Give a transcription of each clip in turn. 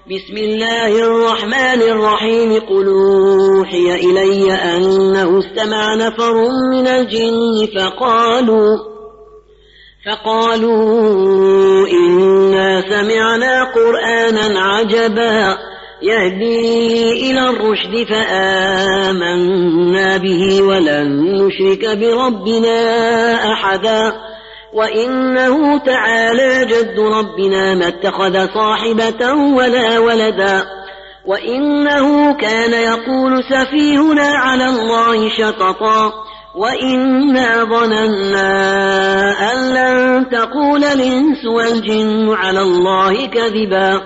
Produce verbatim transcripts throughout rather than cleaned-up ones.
بسم الله الرحمن الرحيم قل أوحي إلي أنه استمع نفر من الجن فقالوا فقالوا إنا سمعنا قرآنا عجبا يهدي إلى الرشد فآمنا به ولن نشرك بربنا أحدا وإنه تعالى جد ربنا ما اتخذ صاحبة ولا ولدا وإنه كان يقول سفيهنا على الله شططا وإنا ظننا أن لن تقول الإنس والجن على الله كذبا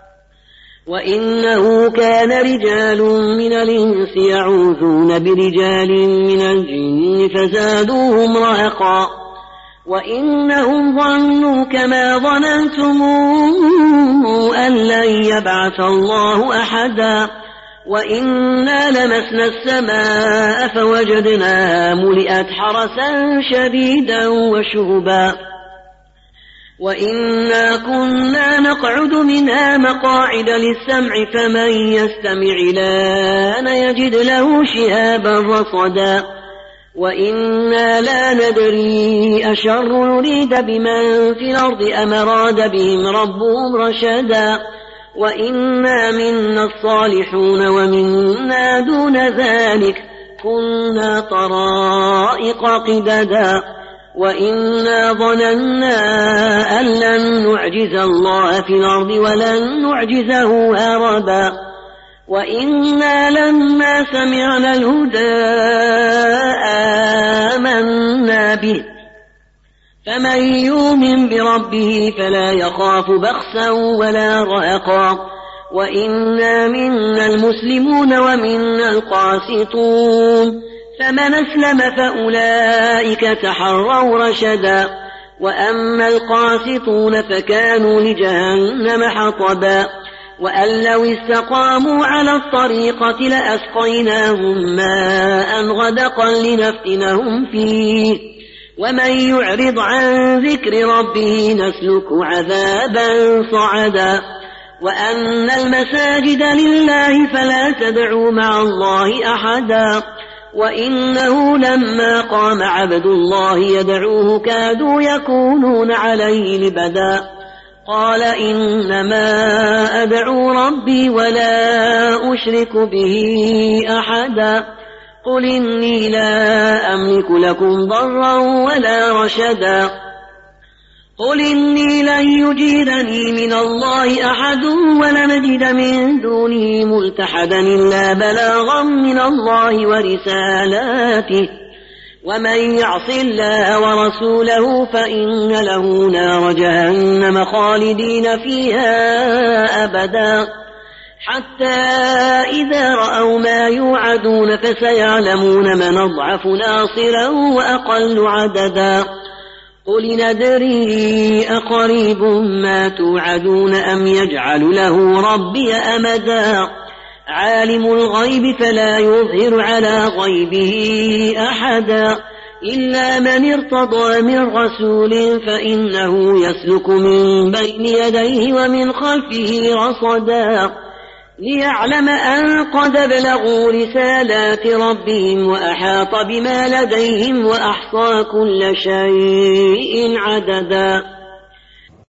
وإنه كان رجال من الإنس يعوذون برجال من الجن فزادوهم رهقا وإنهم ظنوا كما ظننتم أن لن يبعث الله أحدا وإنا لمسنا السماء فوجدناها ملئت حرسا شديدا وشهبا وإنا كنا نقعد منها مقاعد للسمع فمن يستمع الآن يجد له شهابا رصدا وإنا لا ندري أشر نريد بمن في الأرض أم أراد بهم ربهم رشدا وإنا منا الصالحون ومنا دون ذلك كنا طرائق قددا وإنا ظننا أن لن نعجز الله في الأرض ولن نعجزه هربا وإنا لما سمعنا الهدى آمنا به فمن يؤمن بربه فلا يخاف بخسا ولا رهقا وإنا منا المسلمون ومنا القاسطون فمن أسلم فأولئك تحروا رشدا وأما القاسطون فكانوا لجهنم حطبا وأن لو استقاموا على الطريقة لأسقيناهم ماء غدقا لنفتنهم فيه ومن يعرض عن ذكر ربه نسلك عذابا صعدا وأن المساجد لله فلا تدعوا مع الله أحدا وإنه لما قام عبد الله يدعوه كادوا يكونون عليه لبدا قال إنما أدعو ربي ولا أشرك به أحدا قل إني لا أملك لكم ضرا ولا رشدا قل إني لن يجيرني من الله أحد ولن أجد من دونه ملتحدا إلا بلاغا من الله ورسالاته ومن يعص الله ورسوله فإن له نار جهنم خالدين فيها أبدا حتى إذا رأوا ما يوعدون فسيعلمون من أضعف ناصرا وأقل عددا قل ندري أقريب ما توعدون أم يجعل له ربي أمدا عالم الغيب فلا يظهر على غيبه أحدا إلا من ارتضى من رسول فإنه يسلك من بين يديه ومن خلفه رصدا ليعلم أن قد بلغوا رسالات ربهم وأحاط بما لديهم وأحصى كل شيء عددا